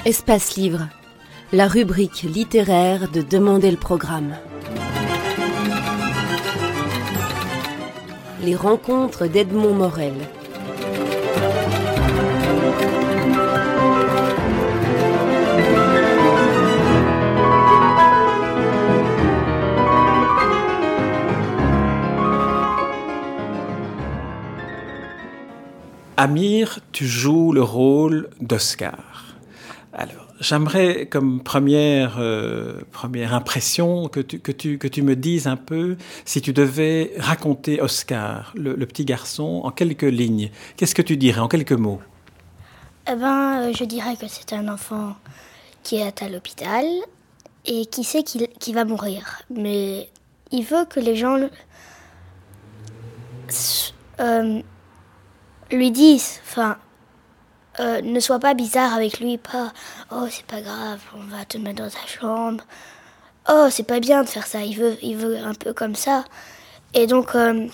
Espace Livre, la rubrique littéraire de Demander le programme. Les rencontres d'Edmond Morel. Amir, tu joues le rôle d'Oscar. Alors, j'aimerais comme première impression que tu me dises un peu si tu devais raconter Oscar, le petit garçon, en quelques lignes. Qu'est-ce que tu dirais en quelques mots? Je dirais que c'est un enfant qui est à l'hôpital et qui sait qu'il va mourir. Mais il veut que les gens lui disent, ne sois pas bizarre avec lui, pas « Oh, c'est pas grave, on va te mettre dans ta chambre. Oh, c'est pas bien de faire ça. » Il veut un peu comme ça. Et donc,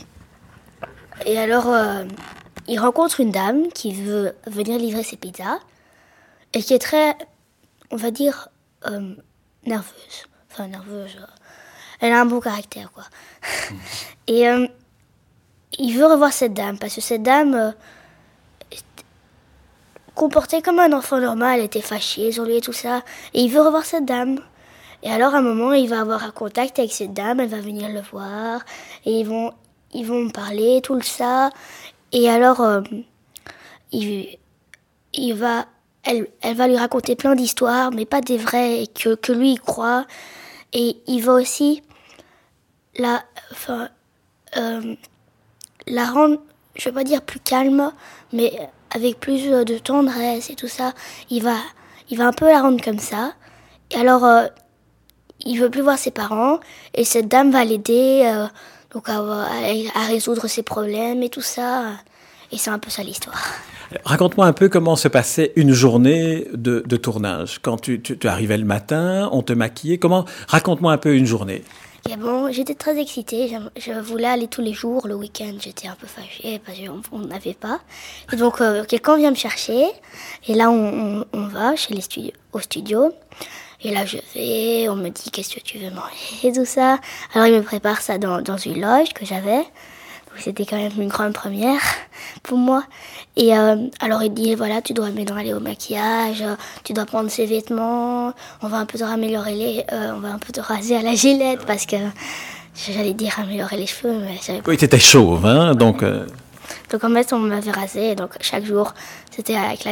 il rencontre une dame qui veut venir livrer ses pizzas et qui est très, on va dire, nerveuse. Enfin, nerveuse. Elle a un bon caractère, quoi. Et il veut revoir cette dame parce que cette dame comportait comme un enfant normal, elle était fâchée sur lui et tout ça. Et il veut revoir cette dame. Et alors, à un moment, il va avoir un contact avec cette dame, elle va venir le voir, et ils vont parler, tout ça. Et alors, elle va lui raconter plein d'histoires, mais pas des vraies, et que lui, il croit. Et il va aussi la rendre, je vais pas dire plus calme, mais avec plus de tendresse et tout ça. Il va un peu la rendre comme ça. Et alors, il veut plus voir ses parents, et cette dame va l'aider à résoudre ses problèmes et tout ça. Et c'est un peu ça l'histoire. Raconte-moi un peu comment se passait une journée de tournage. Quand tu arrivais le matin, on te maquillait. Raconte-moi un peu une journée. Et bon, j'étais très excitée. Je voulais aller tous les jours. Le week-end, j'étais un peu fâchée parce qu'on n'avait pas. Et donc, quelqu'un vient me chercher. Et là, on va au studio. Et là, je vais. On me dit, qu'est-ce que tu veux manger et tout ça. Alors, il me prépare ça dans une loge que j'avais. Donc, c'était quand même une grande première pour moi. Et alors, il dit, voilà, tu dois maintenant aller au maquillage. Tu dois prendre ses vêtements. On va un peu te raméliorer on va un peu te raser à la Gillette parce que j'allais dire améliorer les cheveux, mais j'avais pas. Oui, t'étais chauve, hein, donc. Donc en fait, on m'avait rasé. Donc chaque jour, c'était avec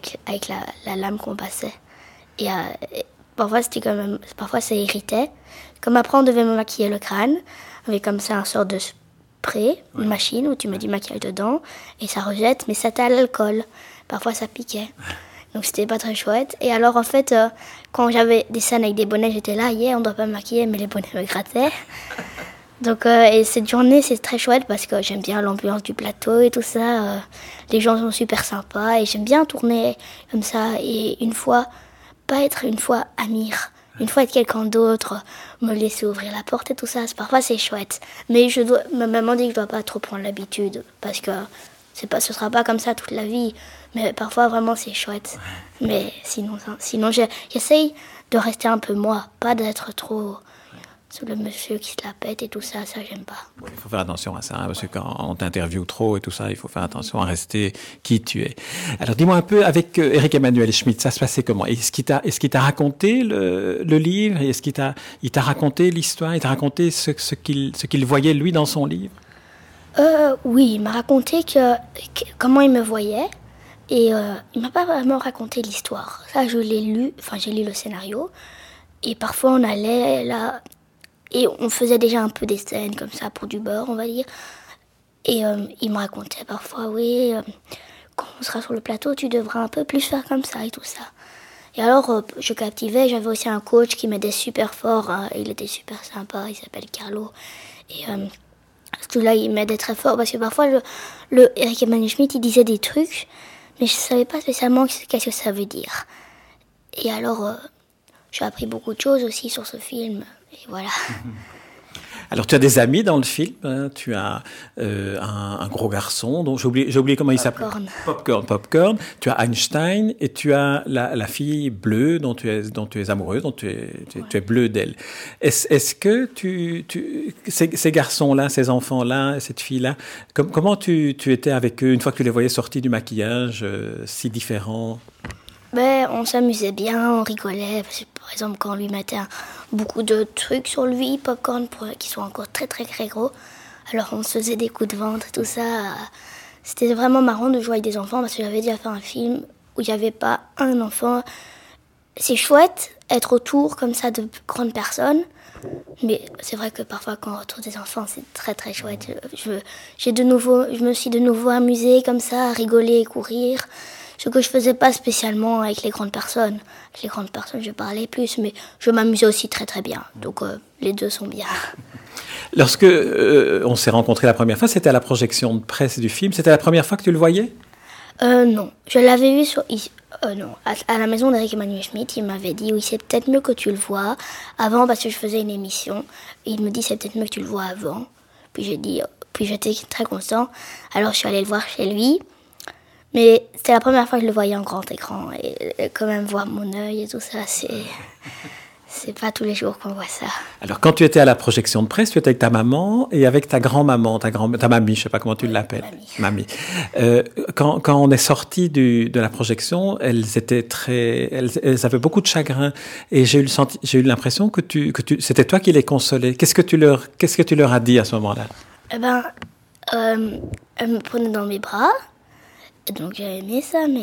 la lame qu'on passait. Et parfois, parfois, ça irritait. Comme après, on devait me maquiller le crâne avec comme ça un sort de spray, une machine où tu mets du maquillage dedans et ça rejette, mais ça était à l'alcool. Parfois, ça piquait. Donc c'était pas très chouette. Et alors en fait, quand j'avais des scènes avec des bonnets, j'étais là, on doit pas me maquiller, mais les bonnets me grattaient. Donc et cette journée, c'est très chouette parce que j'aime bien l'ambiance du plateau et tout ça. Les gens sont super sympas et j'aime bien tourner comme ça. Et pas être une fois Amir, une fois être quelqu'un d'autre, me laisser ouvrir la porte et tout ça. Parfois c'est chouette, mais ma maman dit que je dois pas trop prendre l'habitude parce que ce sera pas comme ça toute la vie. Mais parfois vraiment c'est chouette. Mais sinon j'essaye de rester un peu moi, pas d'être trop sous le monsieur qui se la pète et tout ça, j'aime pas. Il faut faire attention à ça, hein, parce que quand on t'interviewe trop et tout ça, il faut faire attention à rester qui tu es. Alors dis-moi un peu, avec Éric Emmanuel Schmitt, ça se passait comment? Est-ce qu'il t'a raconté le livre? Est-ce qu'il t'a raconté l'histoire? Il t'a raconté ce qu'il voyait lui dans son livre? Oui, il m'a raconté comment il me voyait. Et il m'a pas vraiment raconté l'histoire. Ça, je l'ai lu, j'ai lu le scénario. Et parfois, on allait là, et on faisait déjà un peu des scènes comme ça pour du beurre, on va dire. Et il me racontait parfois, oui, quand on sera sur le plateau, tu devras un peu plus faire comme ça et tout ça. Et alors, je captivais. J'avais aussi un coach qui m'aidait super fort. Hein, il était super sympa, il s'appelle Carlo. Et là, il m'aidait très fort parce que parfois, le Éric Emmanuel Schmitt, il disait des trucs, mais je ne savais pas spécialement qu'est-ce que ça veut dire. Et alors, j'ai appris beaucoup de choses aussi sur ce film. Et voilà. Alors, tu as des amis dans le film. Hein, tu as un gros garçon, dont j'ai oublié comment il s'appelle. Popcorn. Tu as Einstein et tu as la fille bleue dont tu es amoureuse, dont tu es bleu d'elle. Est-ce que ces garçons-là, ces enfants-là, cette fille-là, comment tu étais avec eux une fois que tu les voyais sortis du maquillage si différents? On s'amusait bien, on rigolait. Parce que, par exemple, quand on lui mettait beaucoup de trucs sur lui, popcorn, qui sont encore très très très gros, alors on se faisait des coups de ventre, tout ça. C'était vraiment marrant de jouer avec des enfants parce que j'avais déjà fait un film où il n'y avait pas un enfant. C'est chouette être autour comme ça de grandes personnes, mais c'est vrai que parfois quand on retrouve des enfants, c'est très très chouette. Je me suis de nouveau amusée comme ça, à rigoler et courir. Ce que je faisais pas spécialement avec les grandes personnes. Avec les grandes personnes, je parlais plus, mais je m'amusais aussi très très bien. Donc les deux sont bien. Lorsque on s'est rencontrés la première fois, c'était à la projection de presse du film. C'était la première fois que tu le voyais? Non, je l'avais vu à la maison d'Eric Emmanuel Schmitt. Il m'avait dit oui, c'est peut-être mieux que tu le vois avant parce que je faisais une émission. Et il me dit c'est peut-être mieux que tu le vois avant. Puis j'étais très constant. Alors je suis allée le voir chez lui. Mais c'était la première fois que je le voyais en grand écran. Et quand même voir mon œil et tout ça, c'est pas tous les jours qu'on voit ça. Alors, quand tu étais à la projection de presse, tu étais avec ta maman et avec ta grand-maman, ta mamie, je sais pas comment tu l'appelles. Mamie. Quand on est sorti de la projection, elles avaient beaucoup de chagrin. Et j'ai eu l'impression que c'était toi qui les consolais. Qu'est-ce que tu leur as dit à ce moment-là? Elles me prenaient dans mes bras. Donc j'ai aimé ça, mais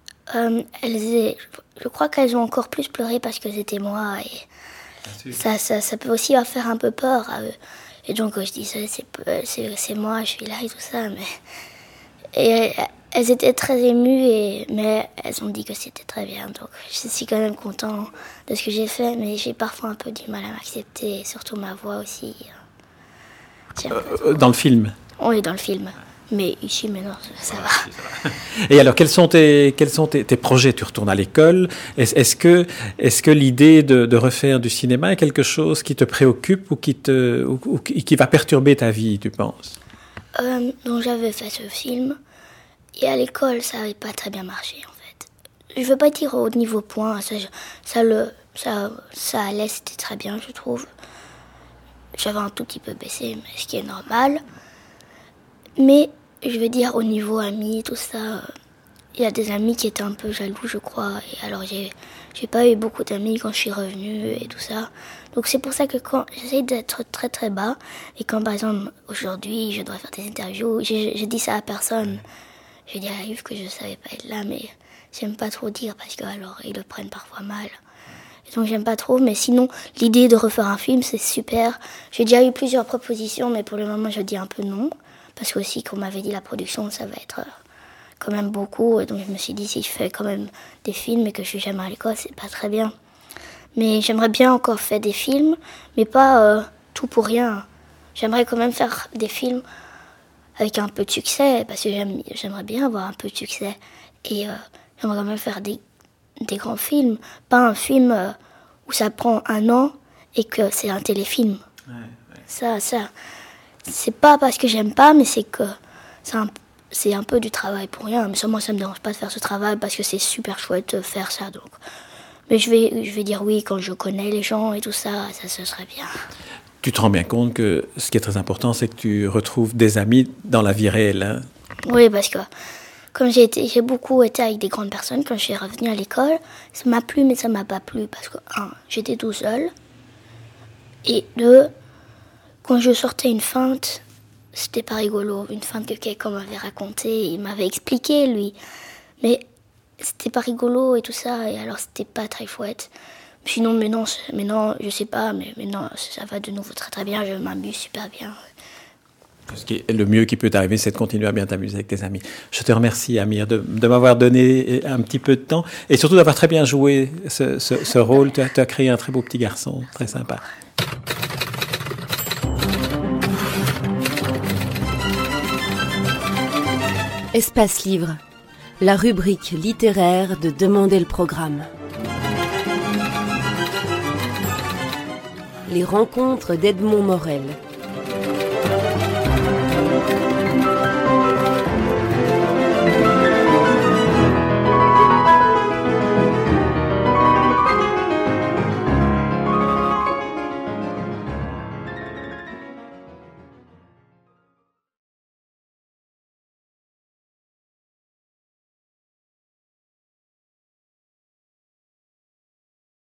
je crois qu'elles ont encore plus pleuré parce que c'était moi. Et ça peut aussi leur faire un peu peur à eux. Et donc je dis c'est moi, je suis là et tout ça. Et elles étaient très émues, mais elles ont dit que c'était très bien. Donc je suis quand même content de ce que j'ai fait, mais j'ai parfois un peu du mal à m'accepter, surtout ma voix aussi. Dans le film? Oui, dans le film. Mais ici, maintenant, ça va. Et alors, quels sont tes projets? Tu retournes à l'école. Est-ce que l'idée de refaire du cinéma est quelque chose qui te préoccupe ou qui va perturber ta vie, tu penses? Donc, j'avais fait ce film. Et à l'école, ça n'avait pas très bien marché, en fait. Je ne veux pas dire au niveau point. Ça allait, c'était très bien, je trouve. J'avais un tout petit peu baissé, mais ce qui est normal. Mais je veux dire, au niveau amis, tout ça, il y a des amis qui étaient un peu jaloux, je crois. Et alors, j'ai pas eu beaucoup d'amis quand je suis revenue et tout ça. Donc, c'est pour ça que quand j'essaie d'être très très bas, et quand par exemple, aujourd'hui, je dois faire des interviews, je dis ça à personne. Je dis à Yves que je savais pas être là, mais j'aime pas trop dire parce que alors, ils le prennent parfois mal. Et donc, j'aime pas trop, mais sinon, l'idée de refaire un film, c'est super. J'ai déjà eu plusieurs propositions, mais pour le moment, je dis un peu non. Parce que aussi, qu'on m'avait dit, la production, ça va être quand même beaucoup. Et donc, je me suis dit, si je fais quand même des films et que je suis jamais à l'école, c'est pas très bien. Mais j'aimerais bien encore faire des films, mais pas tout pour rien. J'aimerais quand même faire des films avec un peu de succès, parce que j'aimerais bien avoir un peu de succès. Et j'aimerais quand même faire des grands films, pas un film où ça prend 1 an et que c'est un téléfilm. Ouais. Ça... C'est pas parce que j'aime pas, mais c'est que c'est un peu du travail pour rien. Mais moi, ça me dérange pas de faire ce travail parce que c'est super chouette de faire ça. Donc. Mais je vais dire oui quand je connais les gens et tout ça, ce serait bien. Tu te rends bien compte que ce qui est très important, c'est que tu retrouves des amis dans la vie réelle. Hein? Oui, parce que comme j'ai beaucoup été avec des grandes personnes, quand je suis revenue à l'école, ça m'a plu, mais ça m'a pas plu. Parce que, 1, j'étais tout seul. Et 2... Quand je sortais une feinte, c'était pas rigolo. Une feinte que quelqu'un m'avait racontée, il m'avait expliqué, lui. Mais c'était pas rigolo et tout ça, et alors c'était pas très chouette. Sinon, maintenant, je sais pas, mais maintenant, ça va de nouveau très très bien, je m'amuse super bien. Le mieux qui peut t'arriver, c'est de continuer à bien t'amuser avec tes amis. Je te remercie, Amir, de m'avoir donné un petit peu de temps, et surtout d'avoir très bien joué ce rôle. Tu as créé un très beau petit garçon, très sympa. Espace Livre, la rubrique littéraire de Demander le programme. Les rencontres d'Edmond Morel.